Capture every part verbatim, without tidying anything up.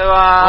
ございます。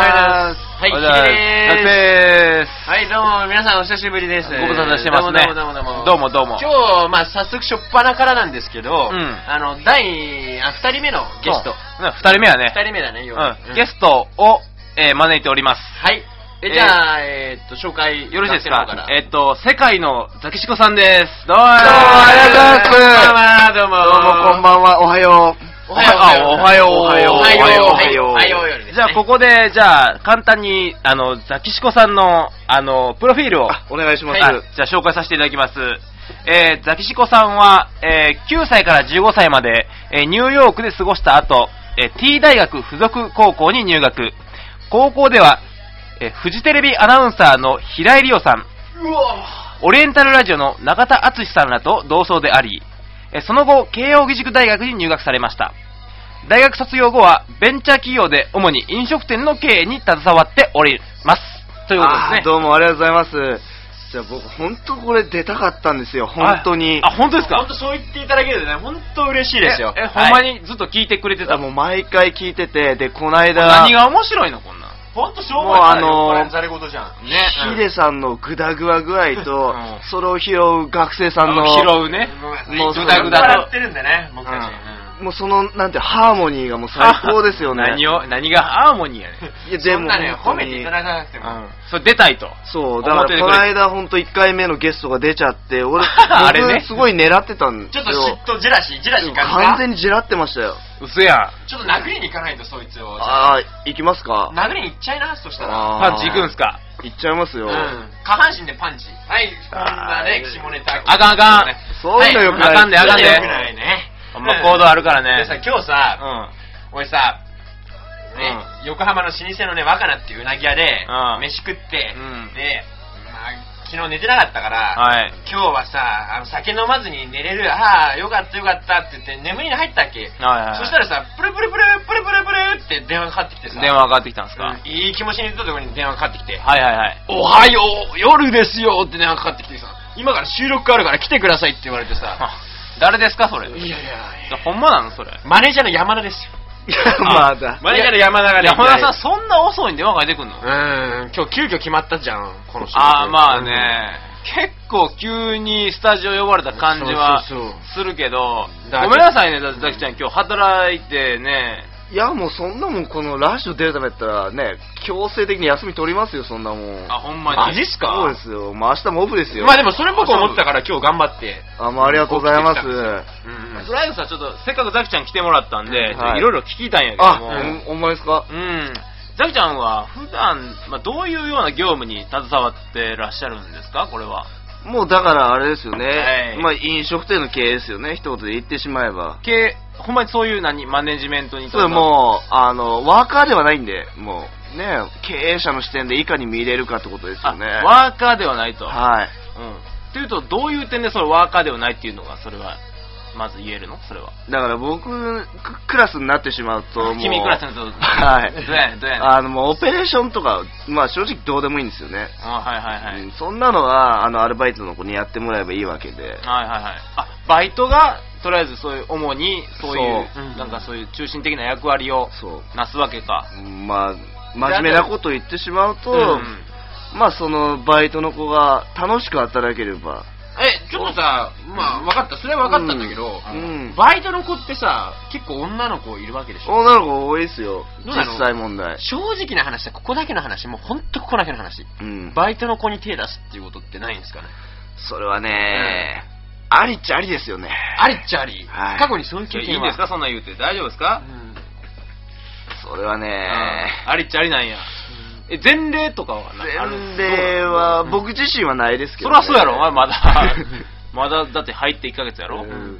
はい、キリでーす。 はい、どうも、皆さんお久しぶりです。 ご無沙汰してますね。 どうもどうもどうも。 どうもどうも。 今日、まあ、早速、しょっぱなからなんですけど、 うん、 あの、第、あ、二人目のゲスト。 二人目はね。 二人目だね、 要は、うん。ゲストを、えー、招いております。 はい。え、じゃあ、えー、っと、紹介よろしいですか？えー、っと、世界のザキシコさんです。どうもありがとうございます。 どうも、 どうも、こんばんは、おはよう。 おはよう、 おはよう、おはよう、 おはよう、おはよう、おはようよりですね。 じゃあ、ここで、じゃあ、簡単に、あの、ザキシコさんの、あの、プロフィールを、 お願いします。 じゃあ、紹介させていただきます。えー、ザキシコさんは、えー、きゅうさいからじゅうごさいまで、えー、ニューヨークで過ごした後、えー、T 大学附属高校に入学。高校では、えー、フジテレビアナウンサーの平井理央さん、オリエンタルラジオの中田敦さんらと同窓であり、えー、その後、慶応義塾大学に入学されました。大学卒業後は、ベンチャー企業で主に飲食店の経営に携わっております。ということですね。 どうもありがとうございます。じゃあ僕、本当これ出たかったんですよ、本当に。 あ、本当ですか？ 本当そう言っていただけるとね、本当嬉しいですよ。 え、えほんまにずっと聞いてくれてた？ もう毎回聞いてて、で、この間。 何が面白いのこんなん。 ほんとしょうもない。もうあのー、ザレ事じゃん。 ね。ヒデさんのグダグダ具合と、うん、それを拾う学生さんの。 拾うね。 もうグダグダ笑ってるんでね、僕たち。 もうその、なんて、ハーモニーがもう最高ですよね。 何を、何がハーモニーやねん。 いや、でも、ね、褒めていただかなくても。うん、 それ出たいと。 そう、だからこの間ほんといっかいめのゲストが出ちゃって、俺、あれね、すごい狙ってたんですよ。 ちょっと嫉妬、ジェラシー、ジェラシー感じた。 完全にジェラってましたよ。 嘘やん。 ちょっと殴りに行かないと、そいつを。 ああ、行きますか？ 殴りに行っちゃいな、そしたら。 パンチ行くんすか？ 行っちゃいますよ。うん。 下半身でパンチ。はい、こんなね、下ネタ。 あかんあかん。 そういうのよくない。 あかんで、あかんで。 よくないね。 あんま行動あるからね。 でさ、今日さ、うん、俺さ、ね、うん、横浜の老舗のね、若菜っていううなぎ屋で、うん、飯食って、うん、で、まあ、昨日寝てなかったから、はい、今日はさ、あの酒飲まずに寝れる、ああ、よかったよかったって言って眠りに入ったっけ、はいはいはい、そしたらさ、プルプルプルプルプルプルって電話かかってきてさ、 電話かかってきたんですか、 うん、いい気持ちに言ったところに電話かかってきて、 はいはいはい、 おはよう、夜ですよって電話かかってきてさ、今から収録があるから来てくださいって言われてさ、 誰ですかそれ。 いやいやいや、 ほんまなのそれ。 マネージャーの山田ですよ。 まだマネージャーの山田がね。 山田さんそんな遅いん電話が出てくんの？ うーん、今日急遽決まったじゃんこの仕事。 ああまあね、結構急にスタジオ呼ばれた感じはするけど、ごめんなさいねザキちゃん、今日働いてね。 いやもうそんなもん、このラジオ出るためだったらね、強制的に休み取りますよ、そんなもん。 あ、ほんまに。 マジっすか？ そうですよ。まあ明日もオフですよ。 まあでもそれ僕思ったから今日頑張って。 あ、もうありがとうございます。うんうん。とりあえずさ、ちょっとせっかくザキちゃん来てもらったんで、はいろいろ聞きたいんやけども。 あ、うん、ほんまですか？ うん。ザキちゃんは普段、まあ、どういうような業務に携わってらっしゃるんですか、これは。 もうだからあれですよね、 はい、 まあ飲食店の経営ですよね、一言で言ってしまえば。 経営、ほんまにそういう何、マネジメントに。 それもう、あの、ワーカーではないんで、もう、ね、経営者の視点でいかに見れるかってことですよね。 ワーカーではないと。 はい。 うん。というと、どういう点でそれワーカーではないっていうのが、それは、まず言えるのそれは。 だから僕、クラスになってしまうと、もう。 君クラスになると、 はい。 どうやねん、どうやねん。 あの、もうオペレーションとか、まあ正直どうでもいいんですよね。 あ、はいはいはい。 うん、そんなのは、あの、アルバイトの子にやってもらえばいいわけで。 はいはいはい。あ、バイトが、とりあえずそういう、主に、そういう、そうなんかそういう中心的な役割を、なすわけか。 まあ、真面目なことを言ってしまうと、うん、まあその、バイトの子が楽しく働ければ、 え、ちょっとさ、まあ分かった、それは分かったんだけど、うんうん、バイトの子ってさ、結構女の子いるわけでしょ？ 女の子多いですよ、実際問題。 正直な話だ、ここだけの話、もうほんとここだけの話、うん、バイトの子に手出すっていうことってないんですかね？ それはね、うん、ありっちゃありですよね。 ありっちゃあり、はい、過去にそういう経験はいいんですか、そんな言うて。大丈夫ですか？うん、 それはね、 ありっちゃありなんや。え、前例とかはない？前例は僕自身はないですけど、 ね、そりゃそうやろ、お前まだまだだって入っていっかげつやろ、うんうん、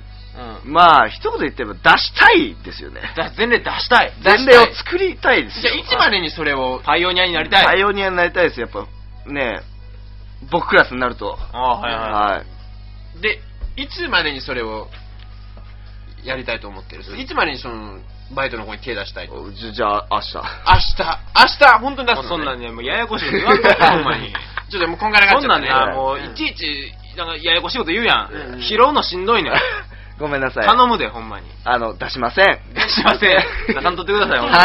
まあ一言言っても出したいですよね。 前例出したい、 前例を作りたいですよ。 じゃあいつまでにそれをパイオニアになりたい？ パイオニアになりたいです、やっぱね、僕クラスになると。 ああ、はいはい、はい。で、いつまでにそれをやりたいと思ってる？いつまでにそのバイトの子に手出したいと。 じゃ、じゃあ明日。 明日。明日、本当に出すの、ね、 そんなんね、もうややこしいこと言わんとか、ほんまに。 ちょっともうこんがらがっちゃったね。 そんなんね、もういちいち、なんかややこしいこと言うやん。うん、拾うのしんどいねん。 ごめんなさい。 頼むで、ほんまに。 あの、出しません。 出しません。出さんとってください、ほんまに。 はい。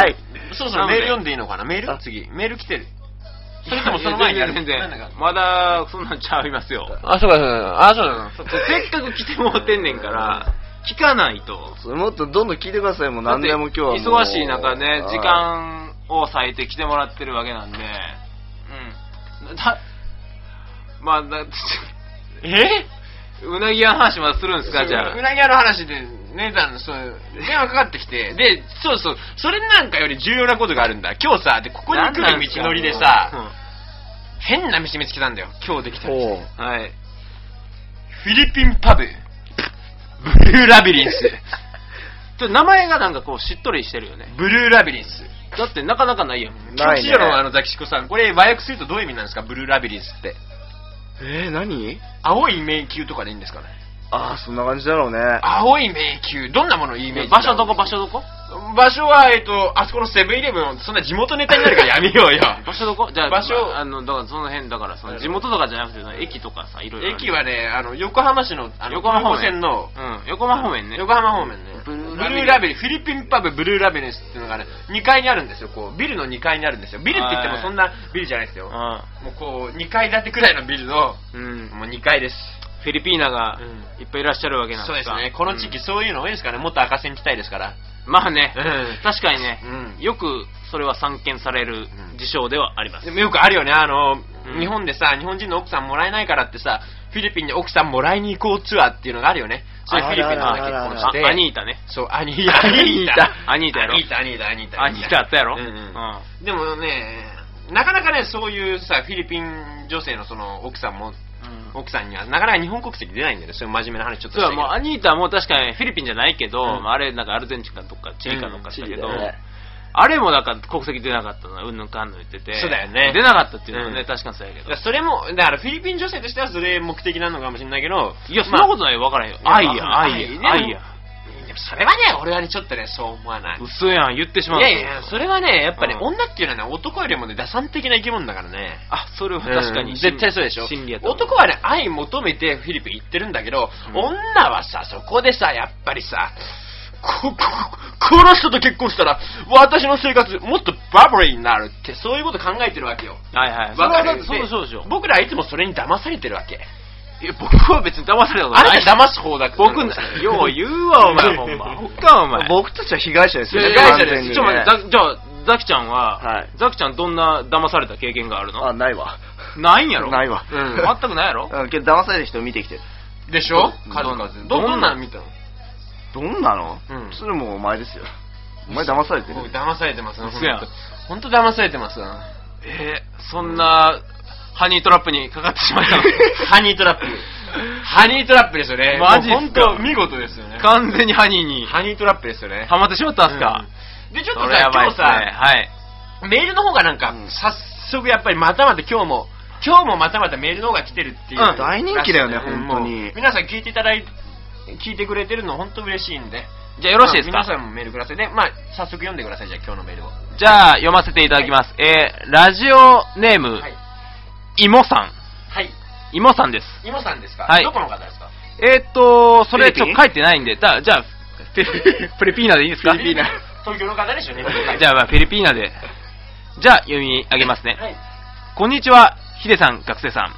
そろそろメール読んでいいのかな。メール次。メール来てる。それともその前にやる。 全然。まだ、そんなんちゃいますよ。 あ、そうか、そうか。あ、そうだ。 せっかく来てもらってんねんから、聞かないと。 それもっとどんどん聞いてください。もう何でも今日はもう。 忙しい中ね、時間を割いて来てもらってるわけなんで。うん。だ、まあ、だ、 えうなぎ屋の話まだするんですか、じゃあ。 うなぎ屋の話で、姉さん、そう、電話かかってきて、で、そうそう、それなんかより重要なことがあるんだ。今日さ、で、ここに来る道のりでさ、変な飯見つけたんだよ。今日できたんです。はい。フィリピンパブ、ブルーラビリンス。 ちょっと名前がなんかこうしっとりしてるよね。 ブルーラビリンス。 だってなかなかないやん。 ないね。のあのザキシコさん、これ和訳するとどういう意味なんですか、ブルーラビリンスって。 えー、何？ 青い迷宮とかでいいんですかね。 ああ、そんな感じだろうね。 青い迷宮、どんなものをイメージ？ 場所どこ場所どこ？ 場所は、えっと、あそこのセブンイレブン、そんな地元ネタになるからやめようよ。 場所どこ？じゃあ、 場所、 あの、だからその辺、だからその地元とかじゃなくて、駅とかさ、いろいろ。 駅はね、あの、横浜市の、あの、横浜方面の、 うん、横浜方面ね。 横浜方面ね。ブルーラベリ、フィリピンパブブルーラベリスっていうのがね、にかいにあるんですよ、こう、ビルのにかいにあるんですよ。ビルって言ってもそんなビルじゃないですよ。もうこう、にかい建てくらいのビルの、うん、もうにかいです。 フィリピーナがいっぱいいらっしゃるわけなんですか。 そうですね。この地域そういうの多いですからね。もっと赤線地帯ですから。 まあね、うん、確かにね、うん、よくそれは散見される事象ではあります。 でもよくあるよね。あの、うん、日本でさ、日本人の奥さんもらえないからってさ、フィリピンに奥さんもらいに行こうツアーっていうのがあるよね。そういうフィリピンの結婚して。 アニータね。 そう、アニータ。アニータ。 アニータやろ。 アニータ、アニータ、アニータ。 アニータあったやろ。 うんうんうん、でもね、なかなかね、そういうさ、フィリピン女性のその奥さんも、うん、奥さんにはなかなか日本国籍出ないんだよね。そういう真面目な話ちょっとして。 そう、もうアニータも確かにフィリピンじゃないけど、うん、あれなんかアルゼンチンかとかチリかとかしたけど、うん、あれもなんか国籍出なかったの、うんぬんかんぬん言ってて。 そうだよね。 出なかったっていうのはね、うん、確かにそうやけど。 それも、だからフィリピン女性としてはそれ目的なのかもしれないけど、 いや、そんなことないよ、わからへんよ。愛や、愛や、愛や。 それはね、俺はね、ちょっとね、そう思わない。 嘘やん、言ってしまう。 いやいや、それはね、やっぱね、うん、女っていうのはね、男よりもね、打算的な生き物だからね。 あ、それは確かに。 うん、絶対そうでしょ。 心理やと。 男はね、愛求めてフィリピン行ってるんだけど、うん、女はさ、そこでさ、やっぱりさ、こ、こ、この人と結婚したら、私の生活もっとバブリーになるって、そういうこと考えてるわけよ。 はいはい。 わかる。 そうそうでしょ。 僕らはいつもそれに騙されてるわけ。 いや、僕は別に騙されたことない。 あれ騙す方だから。 僕、よう言うわ、お前、ほんま。ほっか、お前。 僕たちは被害者ですよ。 被害者です。 ちょ、待って、じゃあ、ザキちゃんは、はい、ザキちゃんどんな騙された経験があるの？ あ、ないわ。 ないんやろ？ ないわ。 うん。全くないやろ？ うん、けど騙される人見てきてる。 でしょ？数々。ど、どんなの見たの？ どんなの？うん。それもお前ですよ。お前騙されてる。 僕騙されてます。ほんと。ほんと騙されてます。 えー、そんな、ハニートラップにかかってしまったの？ ハニートラップ。ハニートラップですよね。 マジっすか？ 本当見事ですよね。 完全にハニーに。 ハニートラップですよね。 ハマってしまったんすか？ うん、で、ちょっとさ、今日さ、はい、メールの方がなんか、うん、早速やっぱりまたまた今日も、今日もまたまたメールの方が来てるっていう。 うん、大人気だよね、本当に。 皆さん聞いていただいて、聞いてくれてるの本当嬉しいんで。 じゃあよろしいですか？ 皆さんもメールください。で、まあ、早速読んでください。じゃあ今日のメールを。 じゃあ読ませていただきます。はい、えー、ラジオネーム、はい、いもさん。 はい。 いもさんです。 いもさんですか？ はい。 どこの方ですか？ えーっと、それちょっと書いてないんで、だじゃあ、フィリピーナでいいですか？ フィリピーナ。東京の方でしょうね。 じゃあ、まあ、フィリピーナで。じゃあ、読み上げますね。はい。こんにちは、ヒデさん、学生さん。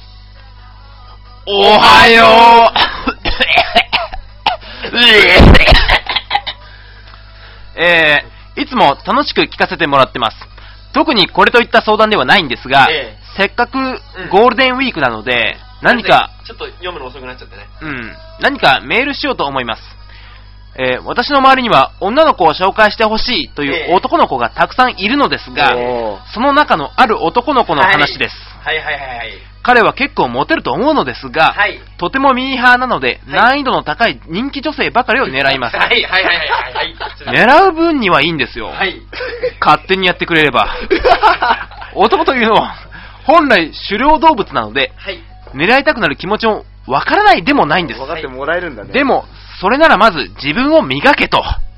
おはようえー、いつも楽しく聞かせてもらってます。特にこれといった相談ではないんですが、ええ、せっかくゴールデンウィークなので、うん、何か、 ちょっと読むの遅くなっちゃってね。 うん。何かメールしようと思います。えー、私の周りには女の子を紹介してほしいという男の子がたくさんいるのですが、えー、その中のある男の子の話です。 はい、はいはいはいはい。 彼は結構モテると思うのですが、はい、とてもミーハーなので、はい、難易度の高い人気女性ばかりを狙います。 はいはいはいはい、はい。 狙う分にはいいんですよ。 はい、 勝手にやってくれれば。男というのは、本来狩猟動物なので、はい、狙いたくなる気持ちもわからないでもないんです。 分かってもらえるんだね。 でも、それならまず自分を磨けと。はい。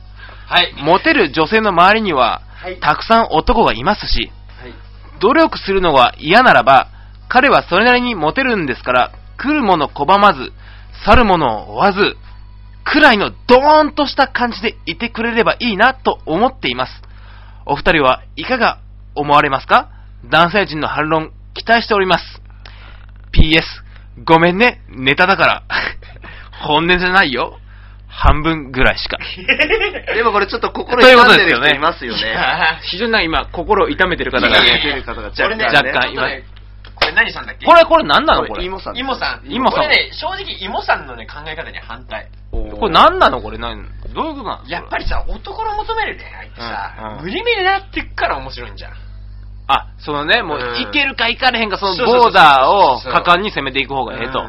モテる女性の周りには、はい、たくさん男がいますし、はい、努力するのが嫌ならば、彼はそれなりにモテるんですから、来るもの拒まず、去るものを追わず、くらいのドーンとした感じでいてくれればいいなと思っています。 お二人はいかが思われますか？男性陣の反論期待しております。ピーエス ごめんね、ネタだから本音じゃないよ、半分ぐらいしかでもこれちょっと心痛んでる人いますよね。 非常に今心を痛めてる方がね、 若干、若干今これ何さんだっけ？ これこれ何なのこれ？ イモさん。 イモさん。 イモさん。 これね、正直イモさんのね、考え方には反対。 これ何なのこれ？何どういうことなの？ やっぱりさ、男の求める恋愛ってさ、無理無理なってくから面白いんじゃん。 あ、そのね、もう、いけるかいかれへんか、そのボーダーを果敢に攻めていく方がええと。うん。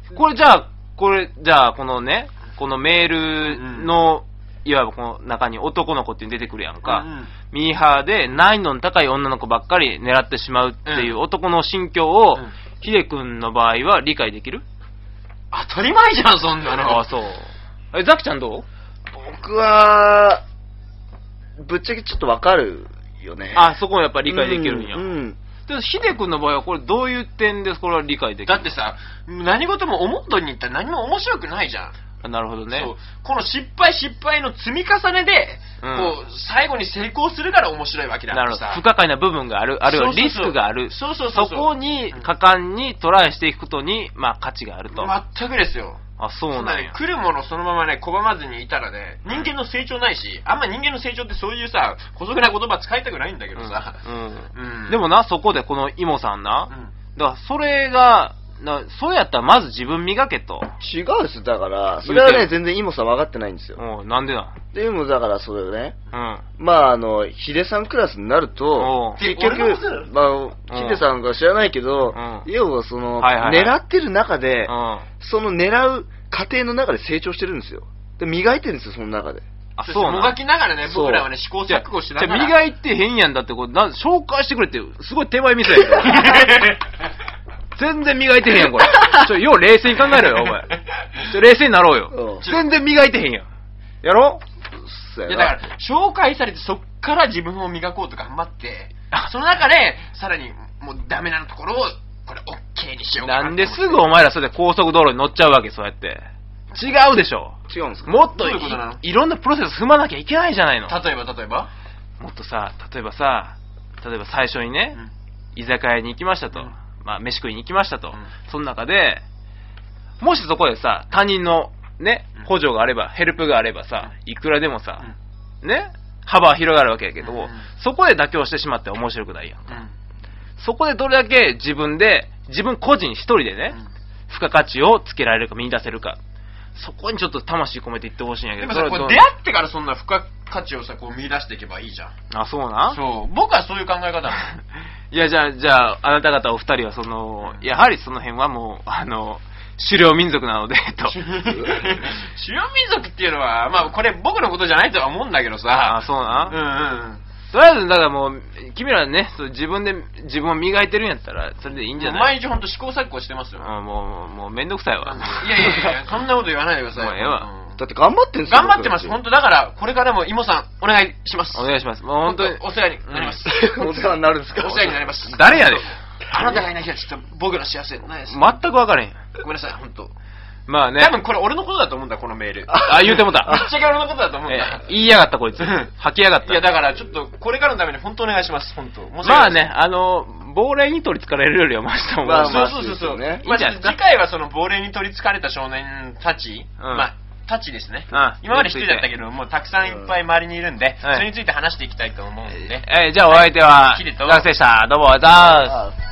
これじゃあ、これ、じゃあ、このね、このメールの、いわばこの中に男の子って出てくるやんか。ミーハーで難易度の高い女の子ばっかり狙ってしまうっていう男の心境を、ヒデ君の場合は理解できる？ 当たり前じゃん、そんなの。 あ、そう。え、ザキちゃんどう？ 僕は、ぶっちゃけちょっとわかる。よね、 あ、そこはやっぱり理解できるんや。 うん。うん、 で、ヒデ君の場合はこれどういう点でこれは理解できる？ だってさ、何事も思ったに言ったら何も面白くないじゃん。 あ、なるほどね。 そう。この失敗失敗の積み重ねで、うん、こう、最後に成功するから面白いわけだからさ。 なるほど。不可解な部分がある。あるいはリスクがある。 そうそうそう。 そこに果敢にトライしていくことに、まあ価値があると。 全くですよ。 あ、そうなんだ、ね。 来るものそのままね、拒まずにいたらね、人間の成長ないし、あんま人間の成長ってそういうさ、姑息な言葉使いたくないんだけどさ。 うん。うんうん、でもな、そこでこのイモさんな、うん、だからそれが、なそうやったらまず自分磨けと。 違うです。だから、それはね、全然イモさん分かってないんですよ。 うん、なんでだでもだからそれね、うん。まああの、ヒデさんクラスになると、結局、まあ、ヒデさんが知らないけど、うん、要はその、はいはいはい、狙ってる中で、うん、その狙う過程の中で成長してるんですよ。で、磨いてるんですよ、その中で。 あ、そうなの？磨きながらね、僕らはね、試行錯誤しながら。 じゃ磨いてへんやんだって、こう、な紹介してくれって、すごい手前見せやん。全然磨いてへんやん、これ。ちょ、よう冷静に考えろよ、お前。ちょ、冷静になろうよ。全然磨いてへんやん。やろ？ いや、だから、紹介されてそっから自分を磨こうと頑張って、その中で、さらに、もうダメなところを、これ、オッケーにしようかな。 なんですぐお前らそれで高速道路に乗っちゃうわけ、そうやって。違うでしょ。 違うんですか？ もっと い, いろんなプロセス踏まなきゃいけないじゃないの。 例えば、例えばもっとさ、例えばさ、例えば最初にね、うん、居酒屋に行きましたと。うんまあ、飯食いに行きましたと、うん、その中でもしそこでさ他人のね補助があればヘルプがあればさいくらでもさ、うん、ね幅は広がるわけやけど、うん、そこで妥協してしまって面白くないやんか、うん、そこでどれだけ自分で自分個人一人でね、うん、付加価値をつけられるか見出せるかそこにちょっと魂込めていってほしいんやけどでもさこれ出会ってからそんな付加価値をさこう見出していけばいいじゃん。 あ、そうな。 そう僕はそういう考え方なの。 いやじゃあじゃああなた方お二人はそのやはりその辺はもうあの狩猟民族なのでと狩猟民族っていうのはまあこれ僕のことじゃないとは思うんだけどさ。 あ、そうな。 うんうんとりあえずだからもう君らねそう自分で自分を磨いてるんやったらそれでいいんじゃない。 毎日ほんと試行錯誤してますよ。 あもうもうめんどくさいわ。 いやいやいやそんなこと言わないでください。 もうええわ。 だって頑張ってんすよ。 頑張ってます。本当だからこれからもイモさんお願いします。 お願いします。もう本当にお世話になります。 お世話になるんですか。 お世話になります。 誰やで。 あなたがいなきゃちょっと僕の幸せないです。 全く分からへん。 ごめんなさい本当。 まあね。 多分これ俺のことだと思うんだこのメール。 あ、言うてもた。 ぶっちゃけ俺のことだと思うんだ。 言いやがったこいつ。吐きやがった。 いやだからちょっとこれからのために本当お願いします本当。 まあねあの亡霊に取り憑かれるよりはマシと思う。 まあまあそうそうそうね。まあ次回はその亡霊に取り憑かれた少年たちまあたちですね。今まで一人だったけどもうたくさんいっぱい周りにいるんでそれについて話していきたいと思うんで。 えじゃあお相手は学生でした。どうもありがとうございます。